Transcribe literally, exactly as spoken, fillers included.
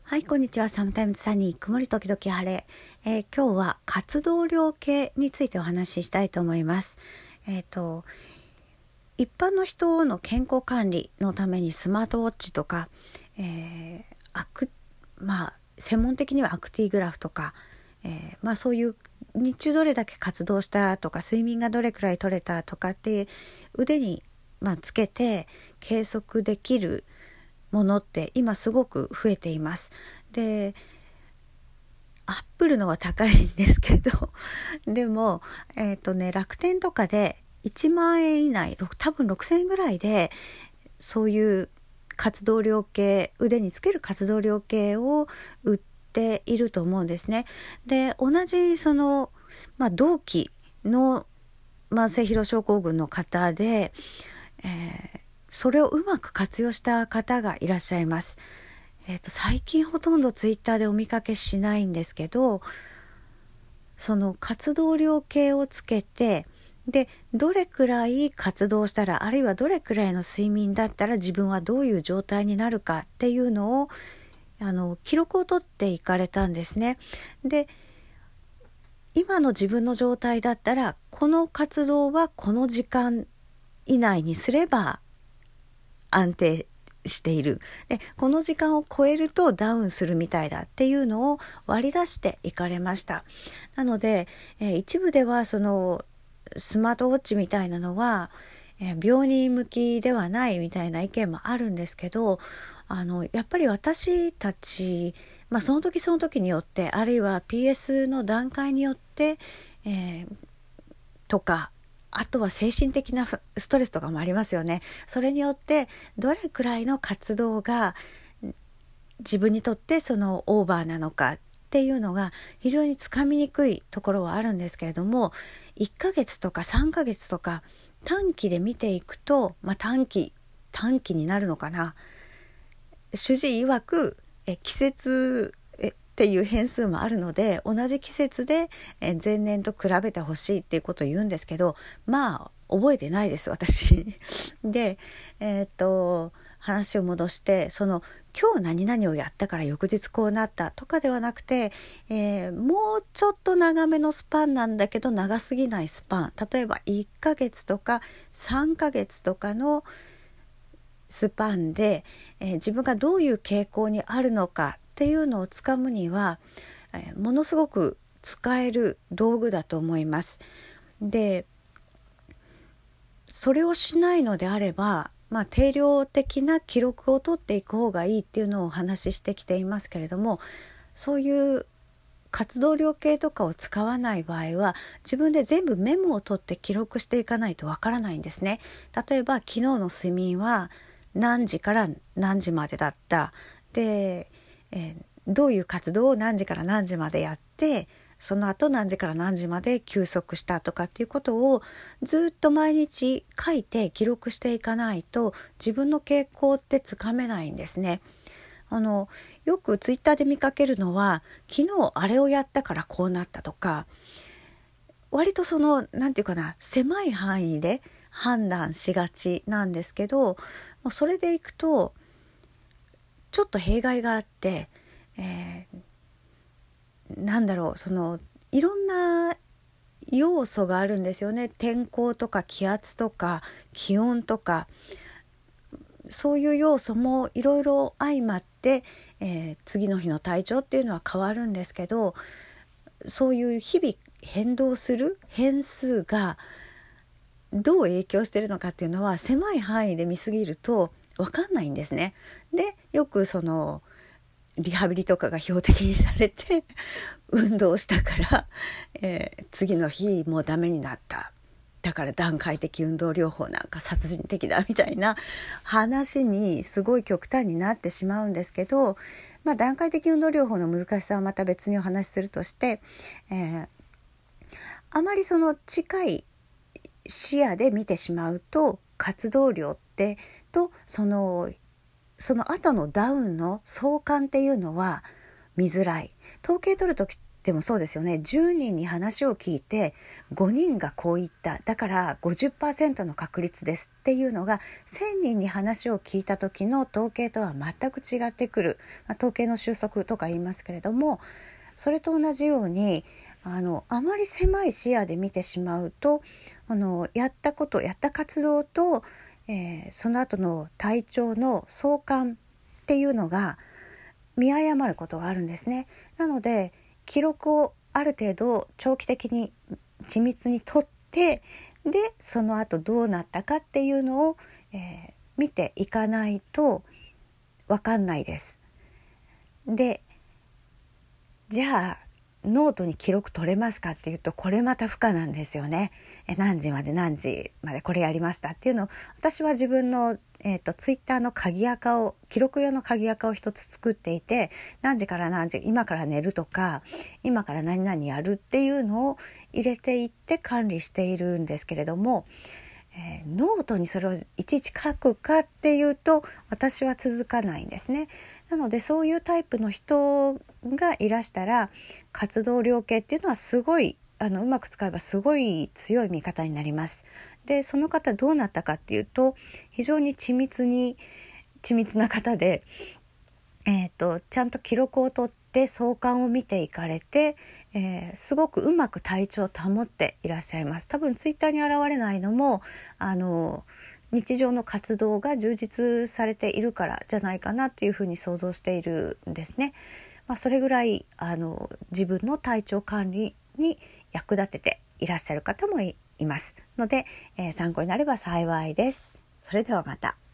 はい、こんにちは。サムタイムズサニー、曇り時々晴れ。えー、今日は活動量計についてお話ししたいと思います。えっと、一般の人の健康管理のためにスマートウォッチとか、えー、アクまあ専門的にはアクティグラフとか、えー、まあそういう日中どれだけ活動したとか、睡眠がどれくらい取れたとかって腕にまあつけて計測できるものって今すごく増えています。で、アップルのは高いんですけどでも、えーとね、楽天とかでいちまんえん以内、多分ろくせんえんぐらいでそういう活動量計、腕につける活動量計を売っていると思うんですね。で、同じその、まあ、同期の慢性疲労症候群の方で、えーそれをうまく活用した方がいらっしゃいます。えーと、最近ほとんどツイッターでお見かけしないんですけど、その活動量計をつけて、でどれくらい活動したら、あるいはどれくらいの睡眠だったら自分はどういう状態になるかっていうのをあの記録を取っていかれたんですね。で、今の自分の状態だったらこの活動はこの時間以内にすれば安定している。で、この時間を超えるとダウンするみたいだっていうのを割り出していかれました。なので、えー、一部ではそのスマートウォッチみたいなのは、えー、病人向きではないみたいな意見もあるんですけど、あのやっぱり私たち、まあ、その時その時によって、あるいは ピーエス の段階によって、えー、とか、あとは精神的なストレスとかもありますよね。それによってどれくらいの活動が自分にとってそのオーバーなのかっていうのが非常につかみにくいところはあるんですけれども、いっかげつとかさんかげつとか短期で見ていくと、まあ、短期短期になるのかな。主治医曰くえ季節っていう変数もあるので、同じ季節で前年と比べてほしいっていうことを言うんですけど、まあ覚えてないです私で、えー、っと話を戻して、その今日何々をやったから翌日こうなったとかではなくて、えー、もうちょっと長めのスパンなんだけど長すぎないスパン、例えばいっかげつとかさんかげつとかのスパンで、えー、自分がどういう傾向にあるのかっていうのをつかむには、えー、ものすごく使える道具だと思います。で、それをしないのであれば、まあ、定量的な記録を取っていく方がいいっていうのをお話ししてきていますけれども、そういう活動量計とかを使わない場合は、自分で全部メモを取って記録していかないとわからないんですね。例えば昨日の睡眠は何時から何時までだった。で、えー、どういう活動を何時から何時までやって、その後何時から何時まで休息したとかっていうことをずっと毎日書いて記録していかないと、自分の傾向ってつかめないんですね。あのよくツイッターで見かけるのは、昨日あれをやったからこうなったとか、割とそのなんていうかな、狭い範囲で判断しがちなんですけど、それでいくとちょっと弊害があって、えー、なんだろう、そのいろんな要素があるんですよね。天候とか気圧とか気温とか、そういう要素もいろいろ相まって、えー、次の日の体調っていうのは変わるんですけど、そういう日々変動する変数がどう影響しているのかっていうのは狭い範囲で見すぎると分かんないんですね。で、よくそのリハビリとかが標的にされて運動したから、えー、次の日もうダメになった、だから段階的運動療法なんか殺人的だみたいな話にすごい極端になってしまうんですけど、まあ、段階的運動療法の難しさはまた別にお話しするとして、えー、あまりその近い視野で見てしまうと、活動量ってとそのその後のダウンの相関っていうのは見づらい。統計取るときっでもそうですよね。じゅうにんに話を聞いてごにんがこう言った。だから ごじゅっパーセント の確率ですっていうのがせんにんに話を聞いた時の統計とは全く違ってくる。まあ、統計の収束とか言いますけれども、それと同じようにあのあまり狭い視野で見てしまうと、あのやったことやった活動と、えー、その後の体調の相関っていうのが見誤ることがあるんですね。なので記録をある程度長期的に緻密にとって、でその後どうなったかっていうのを、えー、見ていかないと分かんないです。でじゃあノートに記録取れますかっていうと、これまた不可なんですよね。え何時まで何時までこれやりましたっていうのを、私は自分の、えーと、ツイッターの鍵アカを記録用の鍵アカを一つ作っていて、何時から何時、今から寝るとか今から何々やるっていうのを入れていって管理しているんですけれども、えー、ノートにそれをいちいち書くかっていうと私は続かないんですね。なのでそういうタイプの人がいらしたら、活動量計っていうのはすごいあのうまく使えばすごい強い味方になります。でその方どうなったかっていうと、非常に緻密に緻密な方で、えーと、ちゃんと記録を取って相関を見ていかれて、えー、すごくうまく体調を保っていらっしゃいます。多分ツイッターに現れないのもあの日常の活動が充実されているからじゃないかなっていうふうに想像しているんですね。まあ、それぐらいあの自分の体調管理に役立てていらっしゃる方も い, いますので、えー、参考になれば幸いです。それではまた。